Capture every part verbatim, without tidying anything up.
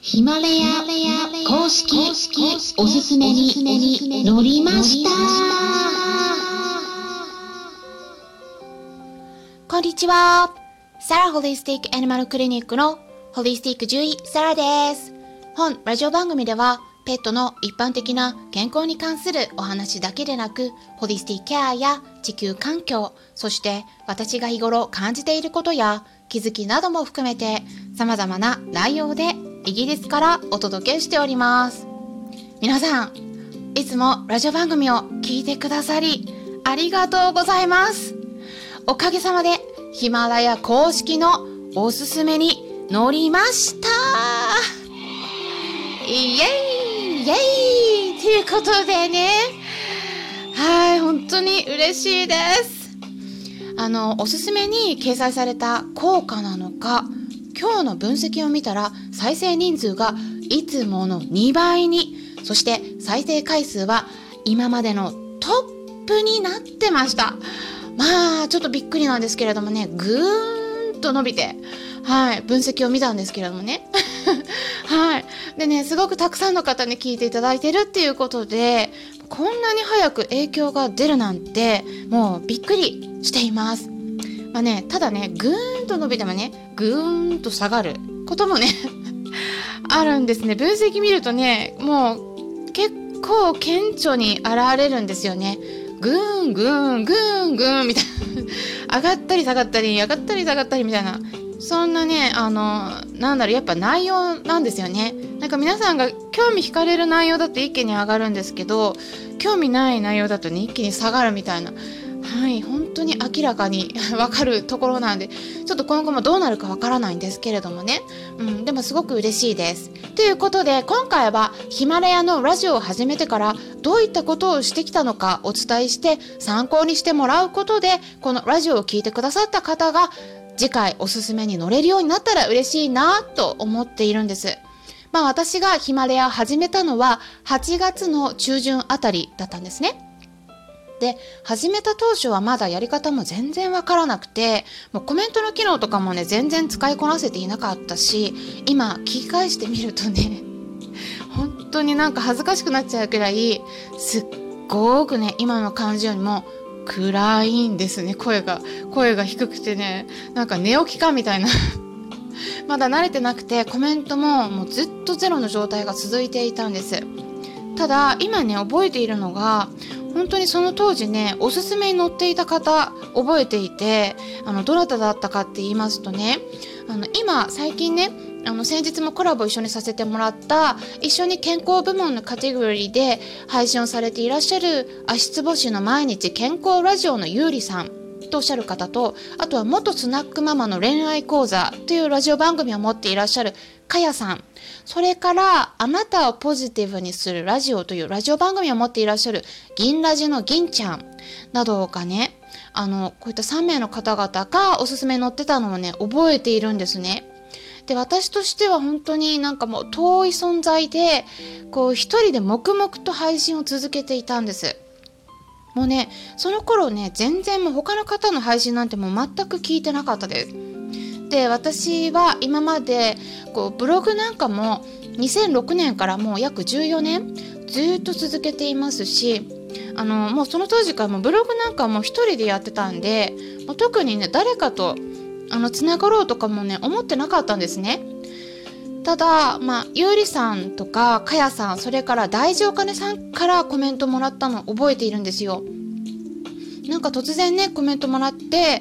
ヒマラヤ公式おすすめに乗りました。 こんにちは。サラホリスティックアニマルクリニックのホリスティック獣医サラです。本ラジオ番組ではペットの一般的な健康に関するお話だけでなく、ホリスティックケアや地球環境、そして私が日頃感じていることや気づきなども含めて様々な内容でイギリスからお届けしております。皆さん、いつもラジオ番組を聞いてくださりありがとうございます。おかげさまでヒマラヤ公式のおすすめに乗りました。イエーイイエーイということでね、はい、本当に嬉しいです。あのおすすめに掲載された効果なのか、今日の分析を見たら再生人数がいつものにばいに、そして再生回数は今までのトップになってました。まあちょっとびっくりなんですけれどもね、ぐーんと伸びて、はい、分析を見たんですけれどもねはい。でね、すごくたくさんの方に聞いていただいてるっていうことで、こんなに早く影響が出るなんてもうびっくりしています。まあね、ただね、ぐーんと伸びてもね、ぐーんと下がることもねあるんですね。分析見るとね、もう結構顕著に現れるんですよね。ぐーんぐーんぐーんぐーんみたいな上がったり下がったり上がったり下がったりみたいな、そんなね、あのなんだろう、やっぱ内容なんですよね。なんか皆さんが興味惹かれる内容だと一気に上がるんですけど、興味ない内容だとね、一気に下がるみたいな、はい、本当に明らかに分かるところなんで、ちょっと今後もどうなるか分からないんですけれどもね、うん、でもすごく嬉しいです。ということで、今回はヒマラヤのラジオを始めてからどういったことをしてきたのかお伝えして参考にしてもらうことで、このラジオを聞いてくださった方が次回おすすめに乗れるようになったら嬉しいなと思っているんです。まあ私がヒマラヤを始めたのははちがつの中旬あたりだったんですね。で、始めた当初はまだやり方も全然わからなくて、もうコメントの機能とかもね、全然使いこなせていなかったし、今聞き返してみるとね、本当になんか恥ずかしくなっちゃうくらい、すっごくね、今の感じよりも暗いんですね。声が声が低くてね、なんか寝起きかみたいなまだ慣れてなくて、コメントももうずっとゼロの状態が続いていたんです。ただ今ね、覚えているのが、本当にその当時ね、おすすめに載っていた方覚えていて、あのどなただったかって言いますとね、あの今最近ね、あの先日もコラボ一緒にさせてもらった一緒に健康部門のカテゴリーで配信をされていらっしゃる足つぼ師の毎日健康ラジオのゆうりさんとおっしゃる方と、あとは元スナックママの恋愛講座というラジオ番組を持っていらっしゃるかやさん、それからあなたをポジティブにするラジオというラジオ番組を持っていらっしゃる銀ラジの銀ちゃんなどがね、あのこういったさんめいの方々がおすすめに載ってたのをね、覚えているんですね。で、私としては本当になんかもう遠い存在で、こう一人で黙々と配信を続けていたんです。もうね、その頃ね、全然もう他の方の配信なんてもう全く聞いてなかったです。で、私は今までこうブログなんかもにせんろくねんからもう約じゅうよねんずっと続けていますし、あのもうその当時からもうブログなんかも一人でやってたんで、もう特にね、誰かとあのつながろうとかもね、思ってなかったんですね。ただ、まあ、ゆうりさんとかかやさん、それから大事お金さんからコメントもらったのを覚えているんですよ。なんか突然ね、コメントもらって、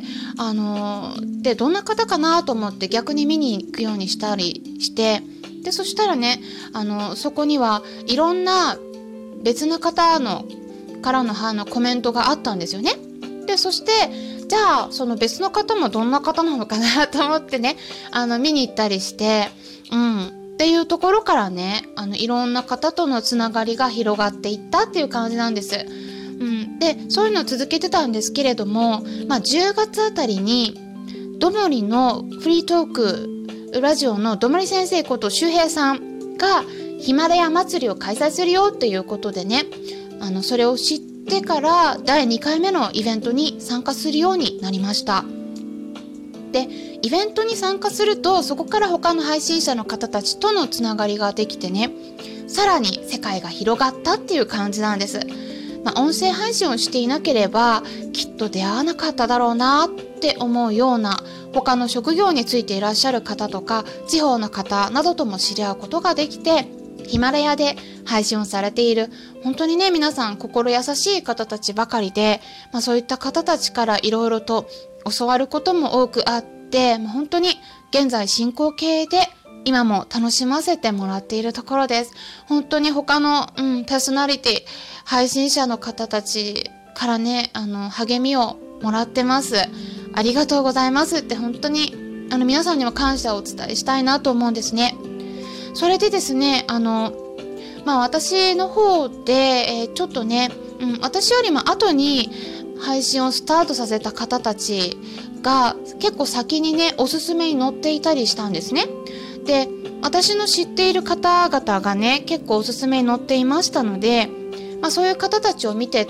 あのー、でどんな方かなと思って逆に見に行くようにしたりして、でそしたらね、あのー、そこにはいろんな別の方のからのあのコメントがあったんですよね。でそしてじゃあその別の方もどんな方なのかなと思ってね、あの見に行ったりして、うんっていうところからね、あのいろんな方とのつながりが広がっていったっていう感じなんです。うん、でそういうのを続けてたんですけれども、まあ、じゅうがつあたりにどもりのフリートークラジオのどもり先生こと周平さんがヒマラヤ祭りを開催するよっていうことでね、あのそれを知ってからだいにかいめのイベントに参加するようになりました。 でイベントに参加するとそこから他の配信者の方たちとのつながりができてね、さらに世界が広がったっていう感じなんです。まあ、音声配信をしていなければきっと出会わなかっただろうなって思うような他の職業についていらっしゃる方とか地方の方などとも知り合うことができて、ヒマラヤで配信をされている本当にね皆さん心優しい方たちばかりで、まあ、そういった方たちからいろいろと教わることも多くあって、まあ、本当に現在進行形で今も楽しませてもらっているところです。本当に他の、うん、パーソナリティ配信者の方たちからねあの励みをもらってます。ありがとうございますって本当にあの皆さんにも感謝をお伝えしたいなと思うんですね。それでですねあのまあ私の方で、えー、ちょっとね、うん、私よりも後に配信をスタートさせた方たちが結構先にねおすすめに載っていたりしたんですね。で私の知っている方々がね結構おすすめに載っていましたので、まあ、そういう方たちを見てって、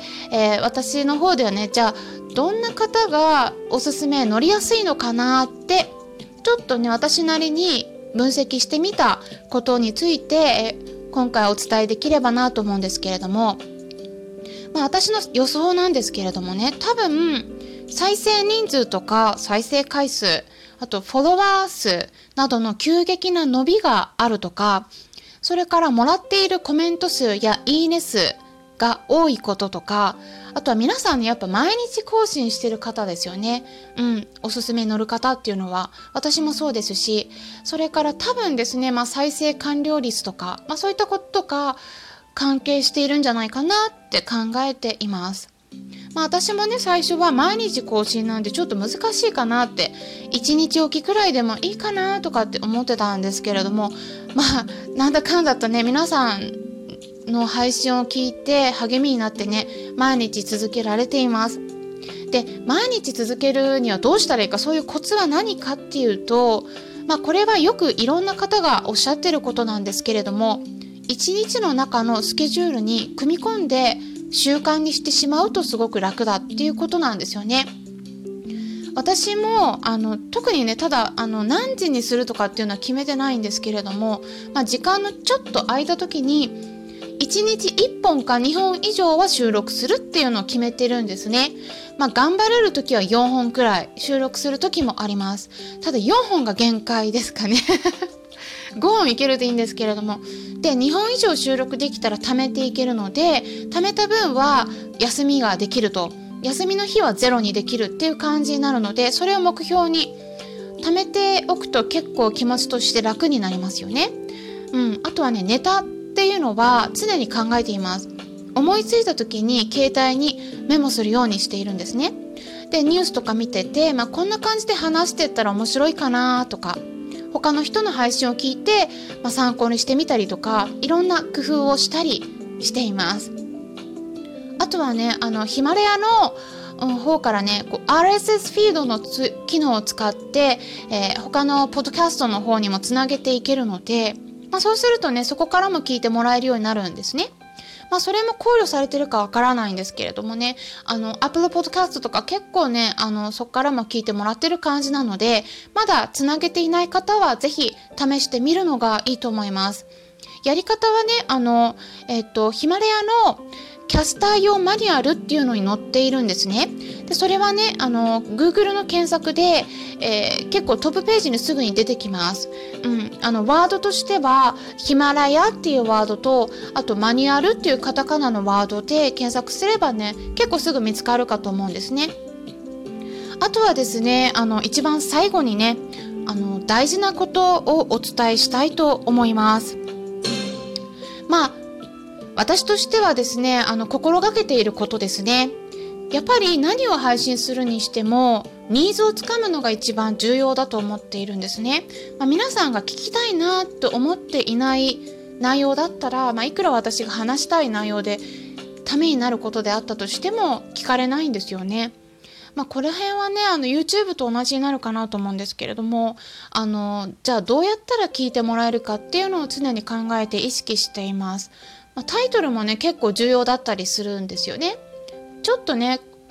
えー、私の方ではねじゃあどんな方がおすすめ乗りやすいのかなってちょっとね私なりに分析してみたことについて、えー、今回お伝えできればなと思うんですけれども、まあ、私の予想なんですけれどもね、多分再生人数とか再生回数、あとフォロワー数などの急激な伸びがあるとか、それからもらっているコメント数やいいね数が多いこととか、あとは皆さんねやっぱ毎日更新してる方ですよね。うん、おすすめに乗る方っていうのは私もそうですし、それから多分ですね、まあ、再生完了率とか、まあ、そういったこととか関係しているんじゃないかなって考えています。まあ、私もね最初は毎日更新なんでちょっと難しいかなって、いちにちおきくらいでもいいかなとかって思ってたんですけれども、まあなんだかんだとね皆さんの配信を聞いて励みになってね毎日続けられています。で毎日続けるにはどうしたらいいか、そういうコツは何かっていうと、まあこれはよくいろんな方がおっしゃってることなんですけれども、いちにちの中のスケジュールに組み込んで習慣にしてしまうとすごく楽だっていうことなんですよね。私もあの特にねただあの何時にするとかっていうのは決めてないんですけれども、まあ、時間のちょっと空いた時にいちにちいっぽんかにほん以上は収録するっていうのを決めてるんですね。まあ頑張れる時はよんほんくらい収録する時もあります。ただよんほんが限界ですかねごほんいけるといいんですけれども、でにほん以上収録できたら貯めていけるので、貯めた分は休みができると、休みの日はゼロにできるっていう感じになるので、それを目標に貯めておくと結構気持ちとして楽になりますよね。うん、あとはねネタっていうのは常に考えています。思いついた時に携帯にメモするようにしているんですね。でニュースとか見てて、まあ、こんな感じで話してったら面白いかなとか、他の人の配信を聞いて、まあ、参考にしてみたりとか、いろんな工夫をしたりしています。あとはねあのヒマラヤの方からねこう アールエスエス フィードのつ機能を使って、えー、他のポッドキャストの方にもつなげていけるので、まあ、そうするとねそこからも聞いてもらえるようになるんですね。まあそれも考慮されてるかわからないんですけれどもね、あの Apple Podcast とか結構ねあのそこからも聞いてもらってる感じなので、まだつなげていない方はぜひ試してみるのがいいと思います。やり方はねあのえっとヒマラヤのキャスター用マニュアルっていうのに載っているんですね。でそれはねあの Google の検索で、えー、結構トップページにすぐに出てきます。うん、あのワードとしてはヒマラヤっていうワードと、あとマニュアルっていうカタカナのワードで検索すればね結構すぐ見つかるかと思うんですね。あとはですねあの一番最後にねあの大事なことをお伝えしたいと思います。まあ私としてはですねあの心がけていることですね。やっぱり何を配信するにしてもニーズをつかむのが一番重要だと思っているんですね。まあ、皆さんが聞きたいなと思っていない内容だったら、まあ、いくら私が話したい内容でためになることであったとしても聞かれないんですよね。まあ、この辺はねあの YouTube と同じになるかなと思うんですけれども、あのじゃあどうやったら聞いてもらえるかっていうのを常に考えて意識しています。まあ、タイトルもね結構重要だったりするんですよね。ちょっとね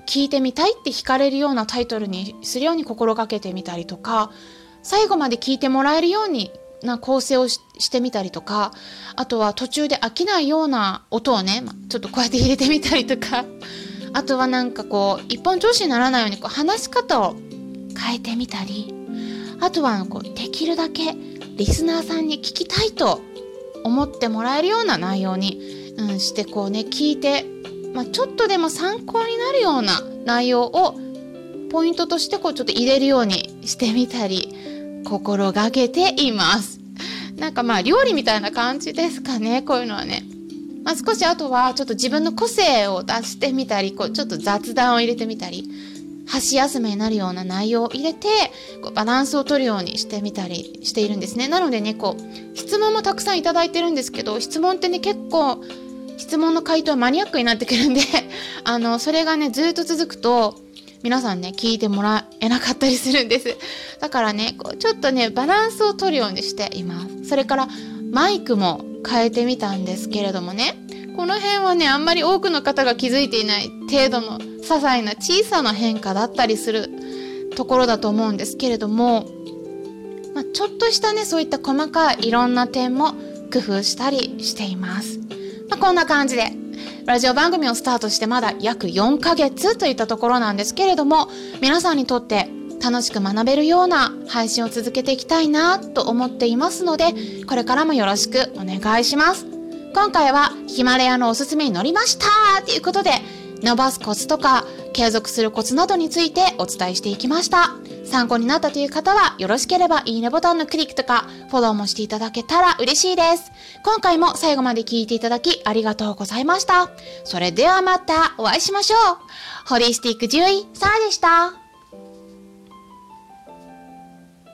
聞いてみたいって惹かれるようなタイトルにするように心がけてみたりとか、最後まで聞いてもらえるようにな構成を し, してみたりとか、あとは途中で飽きないような音をね、ま、ちょっとこうやって入れてみたりとか、あとはなんかこう一本調子にならないようにこう話し方を変えてみたり、あとはこうできるだけリスナーさんに聞きたいと思ってもらえるような内容に、うん、してこうね聞いて、まあ、ちょっとでも参考になるような内容をポイントとしてこうちょっと入れるようにしてみたり心がけています。なんかまあ料理みたいな感じですかね、こういうのはね。まあ、少しあとはちょっと自分の個性を出してみたり、こうちょっと雑談を入れてみたり、箸休めになるような内容を入れてこうバランスを取るようにしてみたりしているんですね。なのでね、こう質問もたくさんいただいてるんですけど、質問ってね結構質問の回答はマニアックになってくるんであのそれがねずっと続くと皆さんね聞いてもらえなかったりするんです。だからねこうちょっとねバランスを取るようにしています。それからマイクも変えてみたんですけれどもね、この辺はねあんまり多くの方が気づいていない程度の些細な小さな変化だったりするところだと思うんですけれども、まあ、ちょっとしたねそういった細かいいろんな点も工夫したりしています。まあ、こんな感じでラジオ番組をスタートしてまだ約よんかげつといったところなんですけれども、皆さんにとって楽しく学べるような配信を続けていきたいなと思っていますので、これからもよろしくお願いします。今回はヒマラヤのおすすめに乗りましたということで、伸ばすコツとか継続するコツなどについてお伝えしていきました。参考になったという方はよろしければいいねボタンのクリックとかフォローもしていただけたら嬉しいです。今回も最後まで聞いていただきありがとうございました。それではまたお会いしましょう。ホリスティック獣医サラでした。